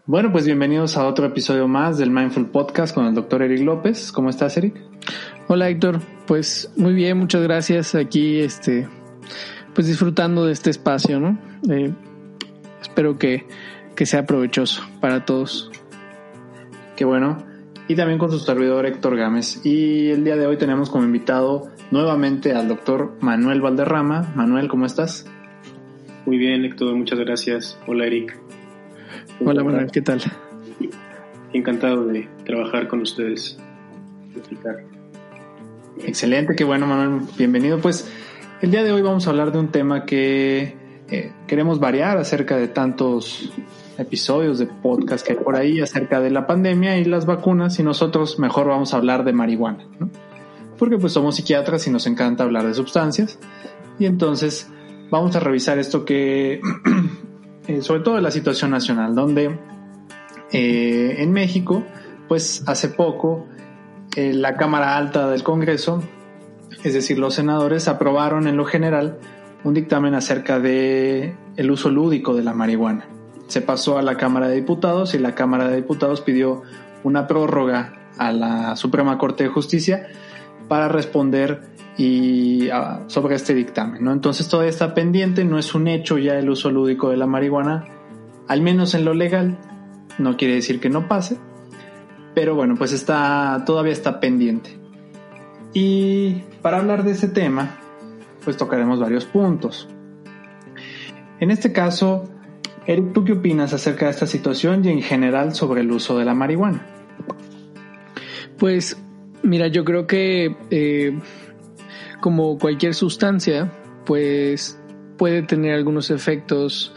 Bueno, pues bienvenidos a otro episodio más del Mindful Podcast con el Dr. Eric López. ¿Cómo estás, Eric? Hola, Héctor. Pues muy bien, muchas gracias. Aquí, pues disfrutando de este espacio, ¿no? Espero que sea provechoso para todos. Qué bueno. Y también con su servidor Héctor Gámez. Y el día de hoy tenemos como invitado nuevamente al Dr. Manuel Valderrama. Manuel, ¿cómo estás? Muy bien, Héctor, muchas gracias. Hola, Eric. Hola, Manuel, ¿qué tal? Encantado de trabajar con ustedes. Excelente, qué bueno, Manuel, bienvenido. Pues el día de hoy vamos a hablar de un tema que queremos variar acerca de tantos episodios de podcast que hay por ahí acerca de la pandemia y las vacunas, y nosotros mejor vamos a hablar de marihuana, ¿no? Porque pues somos psiquiatras y nos encanta hablar de sustancias, y entonces vamos a revisar esto que sobre todo de la situación nacional, donde en México, pues hace poco la Cámara Alta del Congreso, es decir, los senadores, aprobaron en lo general un dictamen acerca de el uso lúdico de la marihuana. Se pasó a la Cámara de Diputados y la Cámara de Diputados pidió una prórroga a la Suprema Corte de Justicia para responder sobre este dictamen, ¿no? Entonces todavía está pendiente, no es un hecho ya el uso lúdico de la marihuana, al menos en lo legal. No quiere decir que no pase, pero bueno, pues todavía está pendiente. Y para hablar de ese tema, pues tocaremos varios puntos. En este caso, Eric, ¿tú qué opinas acerca de esta situación y en general sobre el uso de la marihuana? Pues mira, yo creo que como cualquier sustancia, pues puede tener algunos efectos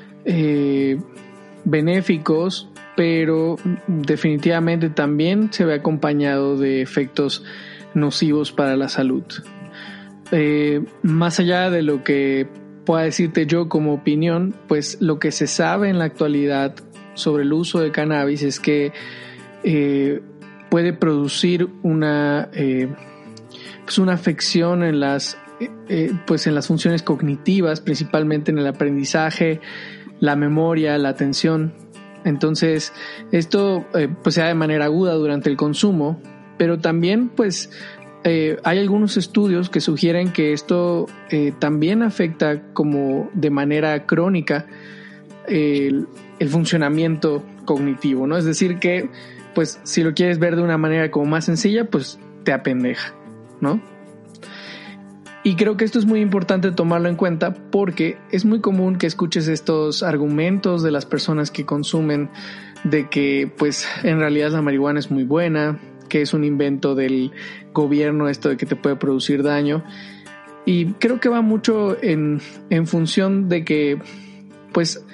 benéficos, pero definitivamente también se ve acompañado de efectos nocivos para la salud. Más allá de lo que pueda decirte yo como opinión, pues lo que se sabe en la actualidad sobre el uso de cannabis es que puede producir una afección en las funciones cognitivas, principalmente en el aprendizaje, la memoria, la atención. Entonces, esto pues se da de manera aguda durante el consumo, pero también pues hay algunos estudios que sugieren que esto también afecta como de manera crónica el funcionamiento cognitivo, ¿no? Es decir que, pues, si lo quieres ver de una manera como más sencilla, pues te apendeja, ¿no? Y creo que esto es muy importante tomarlo en cuenta porque es muy común que escuches estos argumentos de las personas que consumen de que pues en realidad la marihuana es muy buena, que es un invento del gobierno esto de que te puede producir daño, y creo que va mucho en función de que pues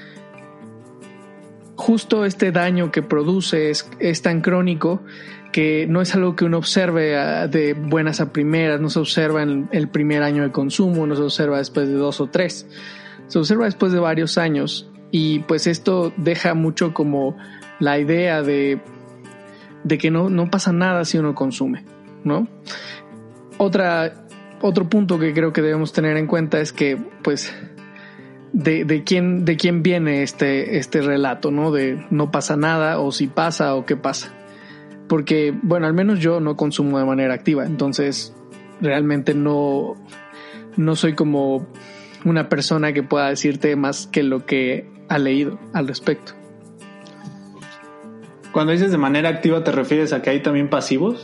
justo este daño que produce es tan crónico que no es algo que uno observe de buenas a primeras, no se observa en el primer año de consumo, no se observa después de 2 o 3, se observa después de varios años, y pues esto deja mucho como la idea de que no pasa nada si uno consume, ¿no? Otro punto que creo que debemos tener en cuenta es que pues de quién viene este relato, ¿no? De no pasa nada, o si pasa, o qué pasa. Porque, bueno, al menos yo no consumo de manera activa, entonces realmente no soy como una persona que pueda decirte más que lo que ha leído al respecto. Cuando dices de manera activa, ¿te refieres a que hay también pasivos?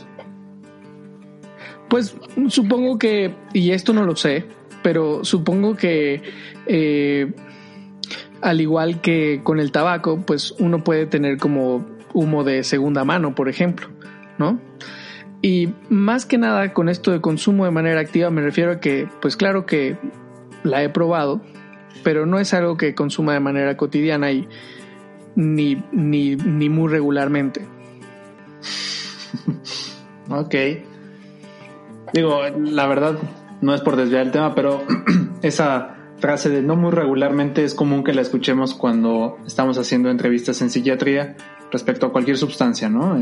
Pues supongo que, y esto no lo sé, pero supongo que al igual que con el tabaco, pues uno puede tener como humo de segunda mano, por ejemplo, ¿no? Y más que nada con esto de consumo de manera activa me refiero a que, pues claro que la he probado, pero no es algo que consuma de manera cotidiana y ni muy regularmente. Ok. Digo, la verdad, no es por desviar el tema, pero esa frase de no muy regularmente es común que la escuchemos cuando estamos haciendo entrevistas en psiquiatría respecto a cualquier sustancia, ¿no?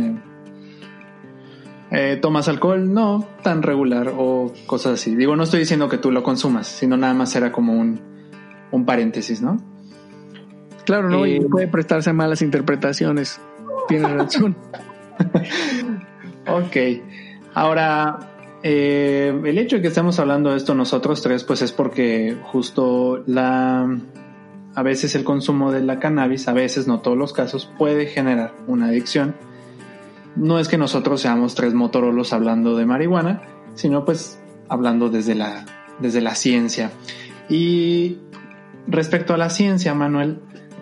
¿Tomas alcohol? No, tan regular, o cosas así. Digo, no estoy diciendo que tú lo consumas, sino nada más era como un paréntesis, ¿no? Claro, ¿no? Y puede prestarse a malas interpretaciones. Tienes razón. Ok. Ahora, el hecho de que estemos hablando de esto nosotros tres, pues es porque justo a veces el consumo de la cannabis, a veces, no todos los casos, puede generar una adicción. No es que nosotros seamos tres motorolos hablando de marihuana, sino pues hablando desde la ciencia. Y respecto a la ciencia, Manuel,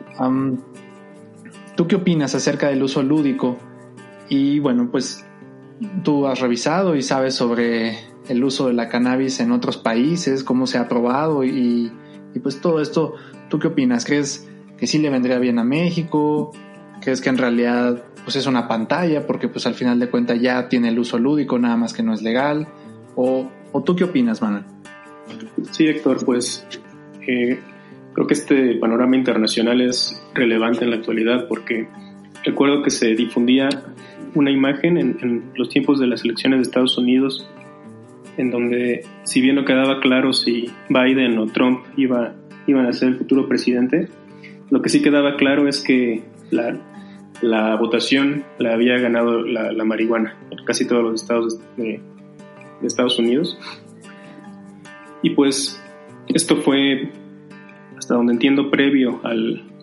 ¿tú qué opinas acerca del uso lúdico? Y bueno, pues tú has revisado y sabes sobre el uso de la cannabis en otros países, cómo se ha probado y pues todo esto, ¿tú qué opinas? ¿Crees que sí le vendría bien a México? ¿Crees que en realidad pues es una pantalla porque pues al final de cuentas ya tiene el uso lúdico, nada más que no es legal? ¿O tú qué opinas, Manuel? Sí, Héctor, pues creo que este panorama internacional es relevante en la actualidad porque recuerdo que se difundía una imagen en los tiempos de las elecciones de Estados Unidos en donde, si bien no quedaba claro si Biden o Trump iban a ser el futuro presidente, lo que sí quedaba claro es que la votación la había ganado la marihuana en casi todos los estados de Estados Unidos. Y pues esto fue, hasta donde entiendo, previo a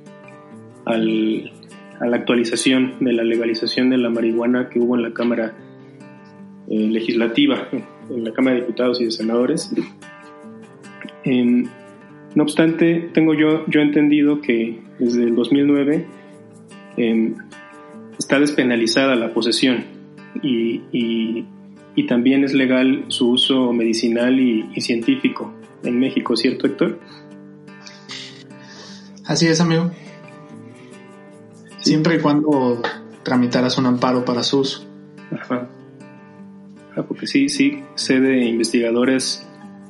la actualización de la legalización de la marihuana que hubo en la Cámara Legislativa, en la Cámara de Diputados y de Senadores. No obstante, tengo yo entendido que desde el 2009 está despenalizada la posesión y también es legal su uso medicinal y científico en México, ¿cierto, Héctor? Así es, amigo. Siempre y cuando tramitaras un amparo para su uso. Ajá. Porque sí sé de investigadores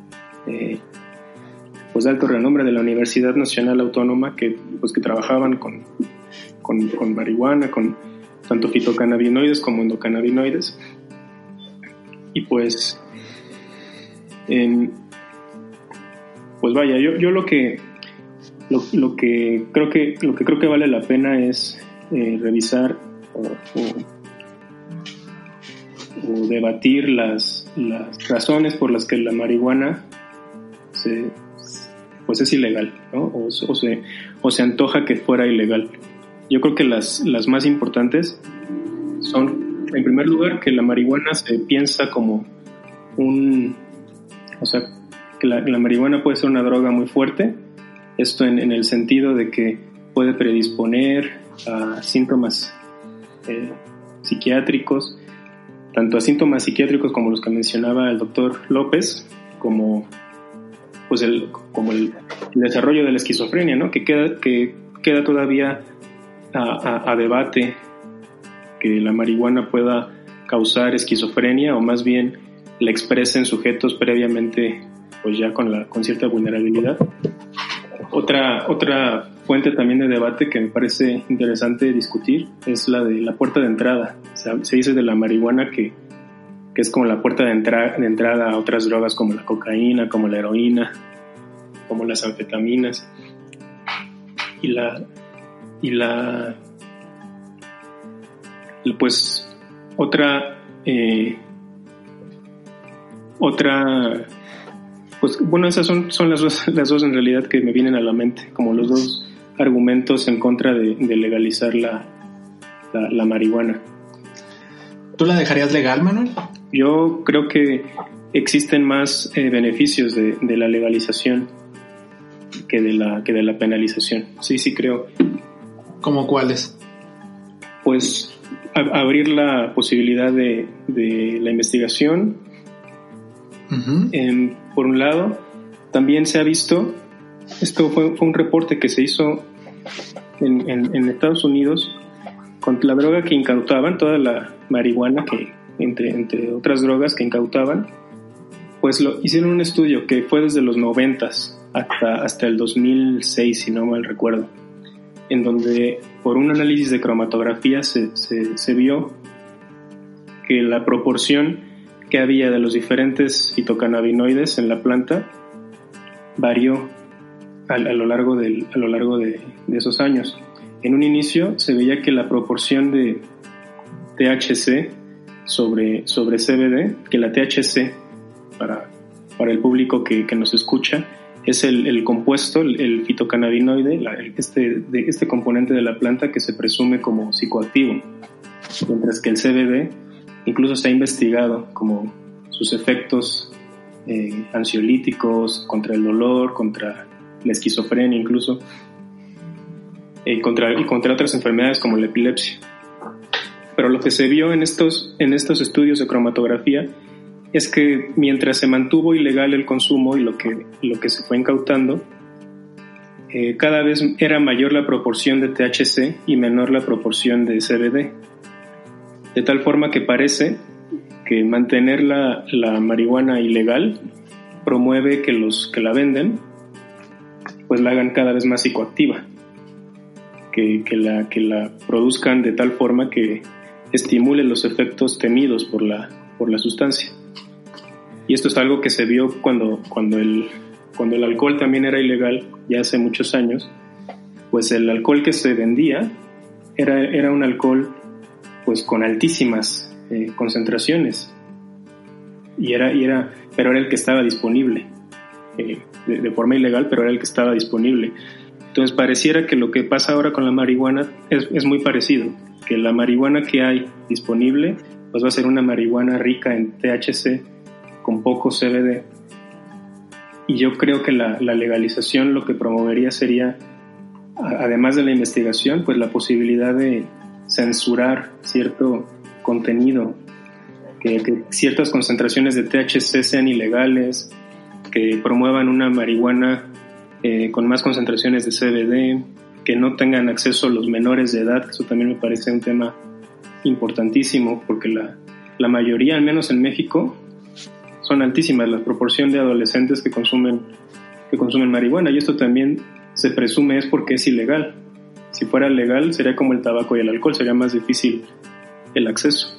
pues de alto renombre de la Universidad Nacional Autónoma que trabajaban con marihuana, con tanto fitocannabinoides como endocannabinoides. Y pues vaya, yo lo que creo que vale la pena es revisar o debatir las razones por las que la marihuana es ilegal, ¿no? o se antoja que fuera ilegal. Yo creo que las más importantes son, en primer lugar, que la marihuana se piensa como que la marihuana puede ser una droga muy fuerte. Esto en el sentido de que puede predisponer a síntomas psiquiátricos, tanto a síntomas psiquiátricos como los que mencionaba el doctor López, como el desarrollo de la esquizofrenia, ¿no? Que queda todavía a debate que la marihuana pueda causar esquizofrenia o más bien la expresa en sujetos previamente pues ya con cierta vulnerabilidad. Otra fuente también de debate que me parece interesante discutir es la de la puerta de entrada. O sea, se dice de la marihuana que es como la puerta de entrada a otras drogas como la cocaína, como la heroína, como las anfetaminas. Pues otra pues bueno, esas son las dos en realidad que me vienen a la mente, como los dos argumentos en contra de legalizar la marihuana. ¿Tú la dejarías legal, Manuel? Yo creo que existen más beneficios de la legalización que de la penalización. Sí creo. ¿Cómo cuáles? Pues abrir la posibilidad de la investigación. Uh-huh. Por un lado, también se ha visto, esto fue un reporte que se hizo en Estados Unidos con la droga que incautaban, toda la marihuana que entre otras drogas que incautaban, pues hicieron un estudio que fue desde los 90s hasta el 2006, si no mal recuerdo, en donde por un análisis de cromatografía se vio que la proporción que había de los diferentes fitocannabinoides en la planta varió a lo largo de esos años. En un inicio se veía que la proporción de THC sobre CBD, que la THC para el público que nos escucha es el compuesto, el fitocannabinoide, este componente de la planta que se presume como psicoactivo, mientras que el CBD incluso se ha investigado como sus efectos ansiolíticos, contra el dolor, contra la esquizofrenia incluso, y contra otras enfermedades como la epilepsia. Pero lo que se vio en estos estudios de cromatografía es que mientras se mantuvo ilegal el consumo y lo que se fue incautando, cada vez era mayor la proporción de THC y menor la proporción de CBD, de tal forma que parece que mantener la marihuana ilegal promueve que los que la venden pues la hagan cada vez más psicoactiva, que la produzcan de tal forma que estimule los efectos temidos por la sustancia. Y esto es algo que se vio cuando el alcohol también era ilegal, ya hace muchos años. Pues el alcohol que se vendía era un alcohol pues con altísimas concentraciones, pero era el que estaba disponible de forma ilegal, pero era el que estaba disponible. Entonces pareciera que lo que pasa ahora con la marihuana es muy parecido, que la marihuana que hay disponible pues va a ser una marihuana rica en THC con poco CBD, y yo creo que la legalización lo que promovería sería, además de la investigación, pues la posibilidad de censurar cierto contenido, que ciertas concentraciones de THC sean ilegales, que promuevan una marihuana con más concentraciones de CBD, que no tengan acceso los menores de edad. Eso también me parece un tema importantísimo, porque la mayoría, al menos en México, son altísimas la proporción de adolescentes que consumen marihuana, y esto también se presume es porque es ilegal. Si fuera legal sería como el tabaco y el alcohol, sería más difícil el acceso.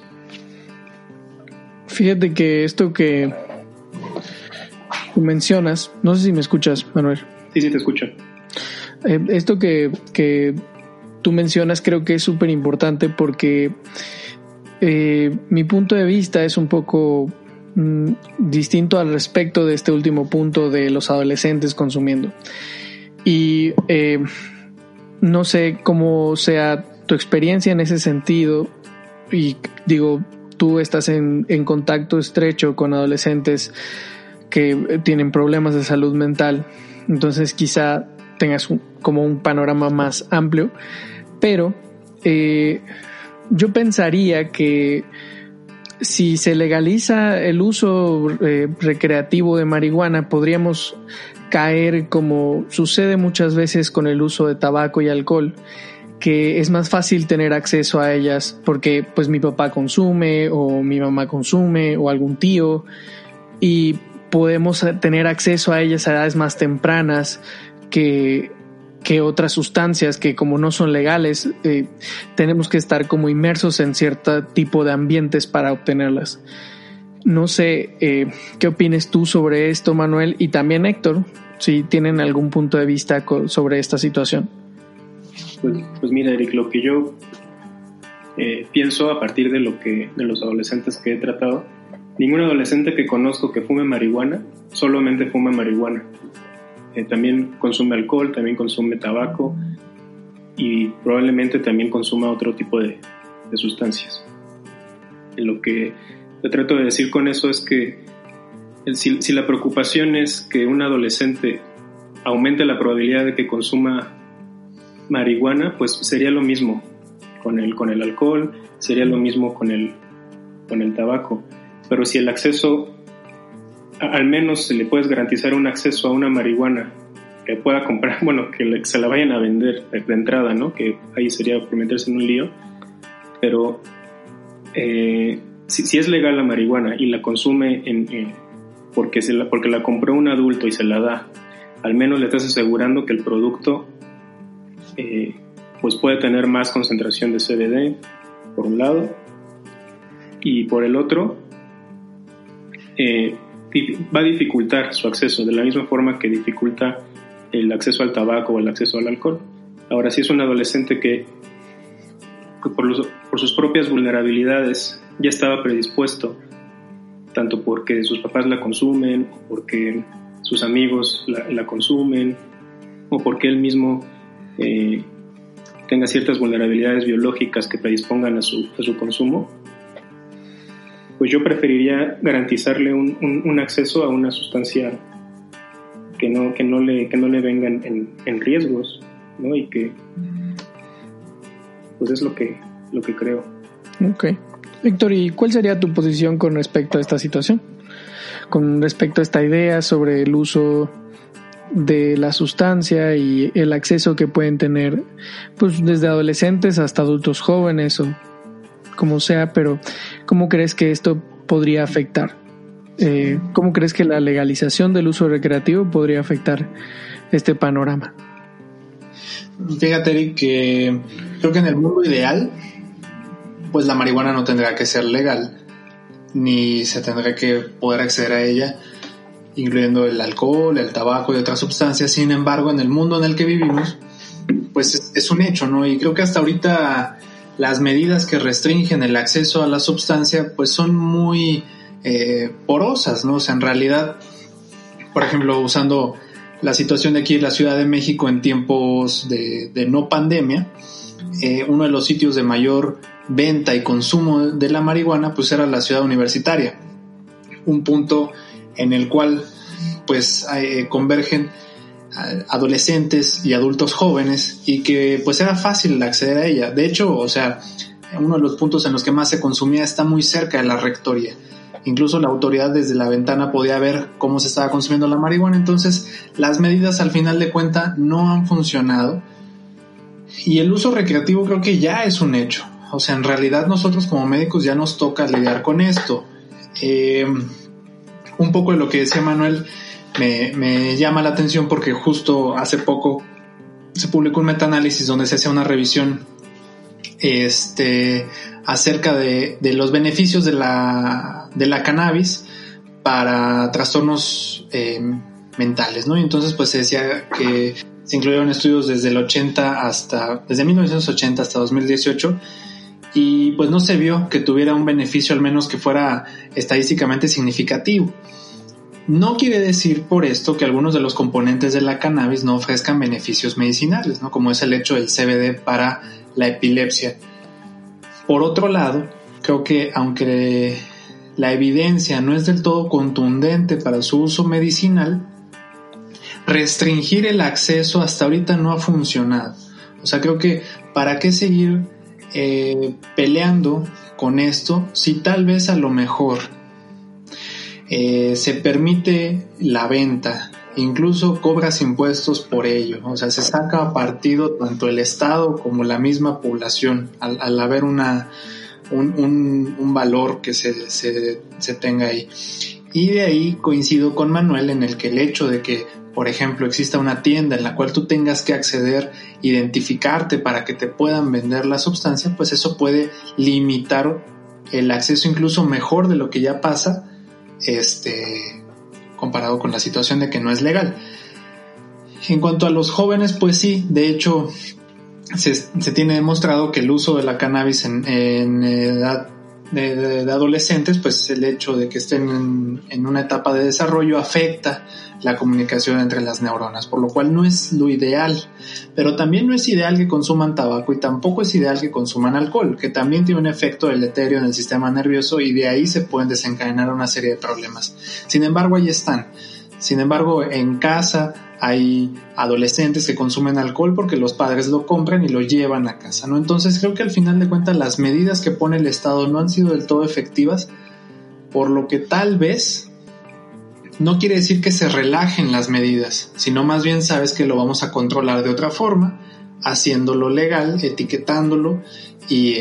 Fíjate que esto que tú mencionas, no sé si me escuchas, Manuel. Sí, te escucho. Esto que tú mencionas creo que es súper importante, porque mi punto de vista es un poco distinto al respecto de este último punto de los adolescentes consumiendo. Y no sé cómo sea tu experiencia en ese sentido, y digo, tú estás en contacto estrecho con adolescentes que tienen problemas de salud mental, entonces quizá tengas como un panorama más amplio, pero yo pensaría que si se legaliza el uso recreativo de marihuana, podríamos caer, como sucede muchas veces con el uso de tabaco y alcohol, que es más fácil tener acceso a ellas porque pues mi papá consume o mi mamá consume o algún tío, y podemos tener acceso a ellas a edades más tempranas que otras sustancias que, como no son legales, tenemos que estar como inmersos en cierto tipo de ambientes para obtenerlas. No sé qué opines tú sobre esto, Manuel, y también Héctor, si tienen algún punto de vista sobre esta situación. Pues mira, Eric, lo que yo pienso a partir de los adolescentes que he tratado, ningún adolescente que conozco que fume marihuana solamente fuma marihuana. También consume alcohol, también consume tabaco y probablemente también consuma otro tipo de sustancias. Lo que yo trato de decir con eso es que si la preocupación es que un adolescente aumente la probabilidad de que consuma marihuana, pues sería lo mismo con el alcohol, sería lo mismo con el tabaco. Pero si el acceso, al menos se le puedes garantizar un acceso a una marihuana que pueda comprar, bueno, que se la vayan a vender de entrada, ¿no? Que ahí sería por meterse en un lío. Pero si es legal la marihuana y la consume porque la compró un adulto y se la da, al menos le estás asegurando que el producto pues puede tener más concentración de CBD, por un lado, y por el otro va a dificultar su acceso, de la misma forma que dificulta el acceso al tabaco o el acceso al alcohol. Ahora, si es un adolescente que por sus propias vulnerabilidades ya estaba predispuesto, tanto porque sus papás la consumen, o porque sus amigos la consumen, o porque él mismo tenga ciertas vulnerabilidades biológicas que predispongan a su consumo, pues yo preferiría garantizarle un acceso a una sustancia que no le vengan en riesgos, ¿no? Y que pues es lo que creo. Ok. Héctor, ¿y cuál sería tu posición con respecto a esta situación? Con respecto a esta idea sobre el uso de la sustancia y el acceso que pueden tener, pues desde adolescentes hasta adultos jóvenes o como sea, pero ¿cómo crees que esto podría afectar? ¿Cómo crees que la legalización del uso recreativo podría afectar este panorama? Fíjate, Eric, que creo que en el mundo ideal, pues la marihuana no tendría que ser legal, ni se tendría que poder acceder a ella, incluyendo el alcohol, el tabaco y otras sustancias. Sin embargo, en el mundo en el que vivimos, pues es un hecho, ¿no? Y creo que hasta ahorita las medidas que restringen el acceso a la sustancia, pues son muy porosas, ¿no? O sea, en realidad, por ejemplo, usando la situación de aquí en la Ciudad de México en tiempos de no pandemia, uno de los sitios de mayor venta y consumo de la marihuana pues era la Ciudad Universitaria, un punto en el cual pues convergen adolescentes y adultos jóvenes y que pues era fácil acceder a ella. De hecho, o sea, uno de los puntos en los que más se consumía está muy cerca de la rectoría. Incluso la autoridad desde la ventana podía ver cómo se estaba consumiendo la marihuana. Entonces las medidas al final de cuentas no han funcionado y el uso recreativo creo que ya es un hecho. O sea, en realidad nosotros como médicos ya nos toca lidiar con esto. Un poco de lo que decía Manuel me llama la atención porque justo hace poco se publicó un metaanálisis donde se hacía una revisión acerca de los beneficios de la cannabis para trastornos mentales, ¿no? Y entonces pues se decía que se incluyeron estudios desde 1980 hasta 2018 y pues no se vio que tuviera un beneficio al menos que fuera estadísticamente significativo. No quiere decir por esto que algunos de los componentes de la cannabis no ofrezcan beneficios medicinales, ¿no? Como es el hecho del CBD para la epilepsia. Por otro lado, creo que aunque la evidencia no es del todo contundente para su uso medicinal, restringir el acceso hasta ahorita no ha funcionado. O sea, creo que ¿para qué seguir peleando con esto si tal vez a lo mejor se permite la venta, incluso cobras impuestos por ello? O sea, se saca partido tanto el Estado como la misma población al haber un valor que se tenga ahí. Y de ahí coincido con Manuel en el que el hecho de que, por ejemplo, exista una tienda en la cual tú tengas que acceder, identificarte para que te puedan vender la sustancia, pues eso puede limitar el acceso incluso mejor de lo que ya pasa, comparado con la situación de que no es legal. En cuanto a los jóvenes, pues sí, de hecho se tiene demostrado que el uso de la cannabis en edad de adolescentes, pues el hecho de que estén en una etapa de desarrollo afecta la comunicación entre las neuronas, por lo cual no es lo ideal. Pero también no es ideal que consuman tabaco y tampoco es ideal que consuman alcohol, que también tiene un efecto deleterio en el sistema nervioso y de ahí se pueden desencadenar una serie de problemas. Sin embargo, ahí están. Sin embargo, en casa hay adolescentes que consumen alcohol porque los padres lo compran y lo llevan a casa, ¿no? Entonces creo que al final de cuentas las medidas que pone el Estado no han sido del todo efectivas, por lo que tal vez no quiere decir que se relajen las medidas, sino más bien sabes que lo vamos a controlar de otra forma, haciéndolo legal, etiquetándolo y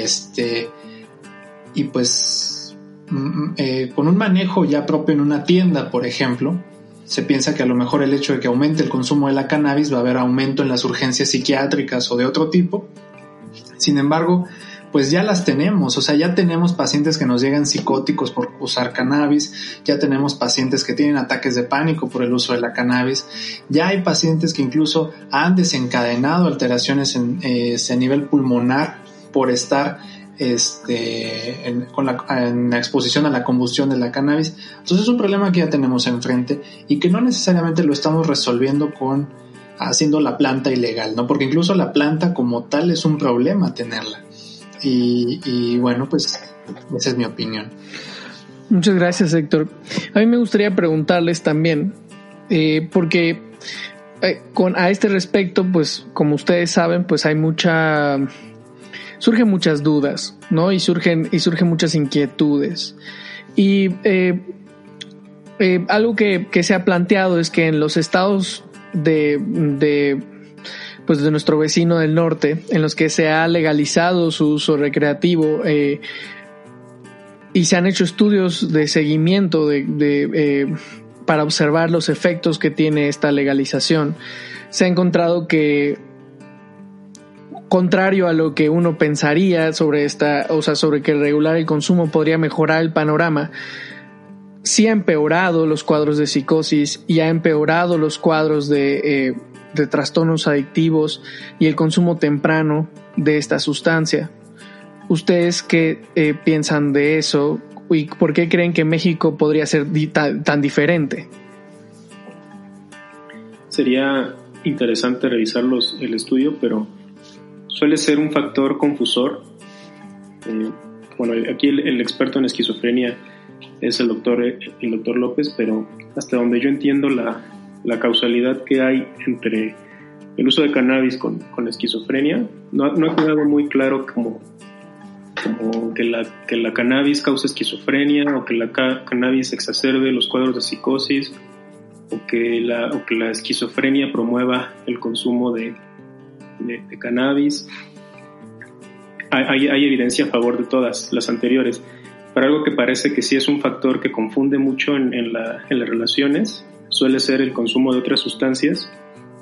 pues con un manejo ya propio en una tienda, por ejemplo. Se piensa que a lo mejor el hecho de que aumente el consumo de la cannabis va a haber aumento en las urgencias psiquiátricas o de otro tipo. Sin embargo, pues ya las tenemos. O sea, ya tenemos pacientes que nos llegan psicóticos por usar cannabis, ya tenemos pacientes que tienen ataques de pánico por el uso de la cannabis, ya hay pacientes que incluso han desencadenado alteraciones a nivel pulmonar por estar en la exposición a la combustión de la cannabis. Entonces es un problema que ya tenemos enfrente y que no necesariamente lo estamos resolviendo haciendo la planta ilegal, ¿no? Porque incluso la planta como tal es un problema tenerla. Y bueno, pues esa es mi opinión. Muchas gracias, Héctor. A mí me gustaría preguntarles también, porque a este respecto, pues como ustedes saben, pues surgen muchas dudas, ¿no? Y surgen muchas inquietudes. Y algo que se ha planteado es que en los estados de nuestro vecino del norte, en los que se ha legalizado su uso recreativo, y se han hecho estudios de seguimiento para observar los efectos que tiene esta legalización, se ha encontrado que, contrario a lo que uno pensaría sobre que regular el consumo podría mejorar el panorama, sí ha empeorado los cuadros de psicosis y ha empeorado los cuadros de trastornos adictivos y el consumo temprano de esta sustancia. ¿Ustedes qué piensan de eso y por qué creen que México podría ser tan diferente? Sería interesante revisar el estudio, pero suele ser un factor confusor. Aquí el experto en esquizofrenia es el doctor López, pero hasta donde yo entiendo la causalidad que hay entre el uso de cannabis con la esquizofrenia, no ha quedado muy claro como que la cannabis causa esquizofrenia, o que la cannabis exacerbe los cuadros de psicosis, o que la esquizofrenia promueva el consumo de cannabis. Hay evidencia a favor de todas las anteriores, pero algo que parece que sí es un factor que confunde mucho en las relaciones suele ser el consumo de otras sustancias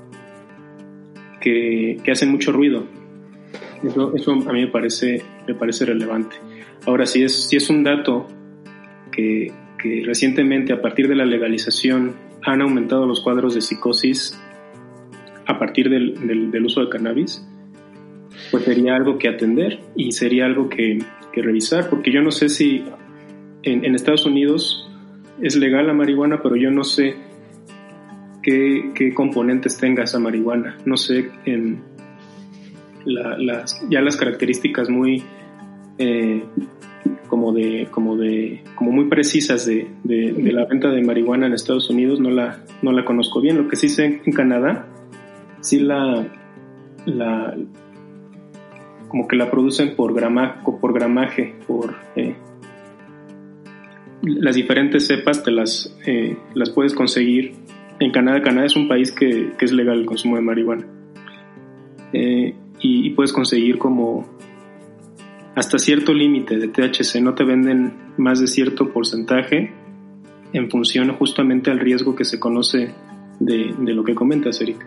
que hacen mucho ruido. Eso a mí me parece relevante. Ahora, si es un dato que recientemente, a partir de la legalización, han aumentado los cuadros de psicosis a partir del uso de cannabis, pues sería algo que atender y sería algo que revisar, porque yo no sé si en Estados Unidos es legal la marihuana, pero yo no sé qué componentes tenga esa marihuana. No sé las características muy como muy precisas de la venta de marihuana en Estados Unidos. No la conozco bien. Lo que sí sé en Canadá, sí como que la producen por gramaje, las diferentes cepas las puedes conseguir en Canadá. Canadá es un país que es legal el consumo de marihuana, y puedes conseguir como hasta cierto límite de THC. No te venden más de cierto porcentaje en función justamente al riesgo que se conoce de lo que comentas, Eric.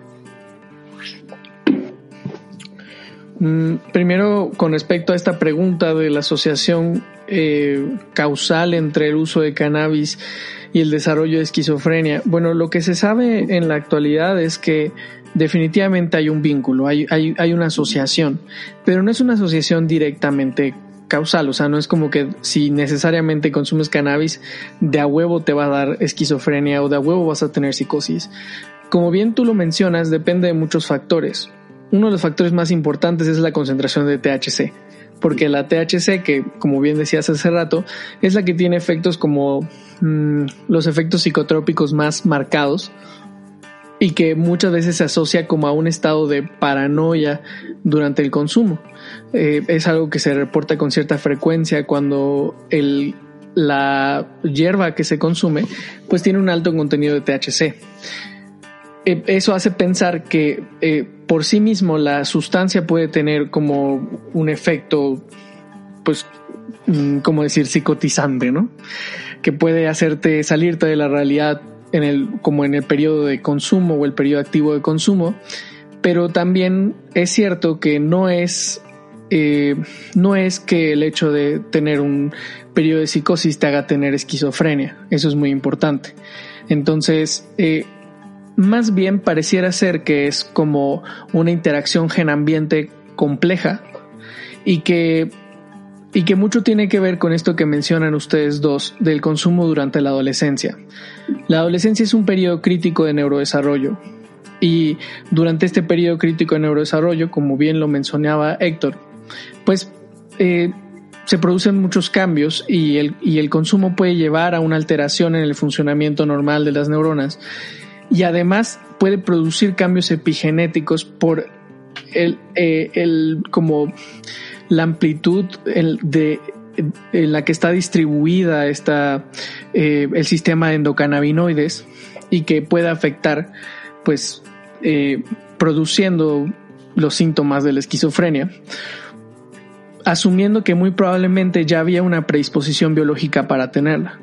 Primero, con respecto a esta pregunta de la asociación causal entre el uso de cannabis y el desarrollo de esquizofrenia. Bueno, lo que se sabe en la actualidad es que definitivamente hay un vínculo, hay una asociación, pero no es una asociación directamente causal. O sea, no es como que si necesariamente consumes cannabis, de a huevo te va a dar esquizofrenia o de a huevo vas a tener psicosis. Como bien tú lo mencionas, depende de muchos factores. Uno de los factores más importantes es la concentración de THC, porque la THC, que como bien decías hace rato, es la que tiene efectos como los efectos psicotrópicos más marcados y que muchas veces se asocia como a un estado de paranoia durante el consumo. Es algo que se reporta con cierta frecuencia cuando la hierba que se consume pues tiene un alto contenido de THC. Eso hace pensar que por sí mismo la sustancia puede tener como un efecto, pues, como decir, psicotizante, ¿no? Que puede hacerte salirte de la realidad como en el periodo de consumo o el periodo activo de consumo, pero también es cierto que no es no es que el hecho de tener un periodo de psicosis te haga tener esquizofrenia. Eso es muy importante. Entonces, más bien pareciera ser que es como una interacción gen-ambiente compleja y que mucho tiene que ver con esto que mencionan ustedes dos del consumo durante la adolescencia. La adolescencia es un periodo crítico de neurodesarrollo y durante este periodo crítico de neurodesarrollo, como bien lo mencionaba Héctor, pues se producen muchos cambios y el consumo puede llevar a una alteración en el funcionamiento normal de las neuronas y además puede producir cambios epigenéticos por como la amplitud en la que está distribuida el sistema de endocannabinoides y que puede afectar, pues, produciendo los síntomas de la esquizofrenia, asumiendo que muy probablemente ya había una predisposición biológica para tenerla.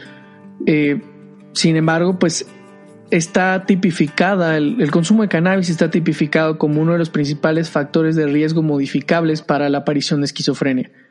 Sin embargo, pues está tipificada, el consumo de cannabis está tipificado como uno de los principales factores de riesgo modificables para la aparición de esquizofrenia.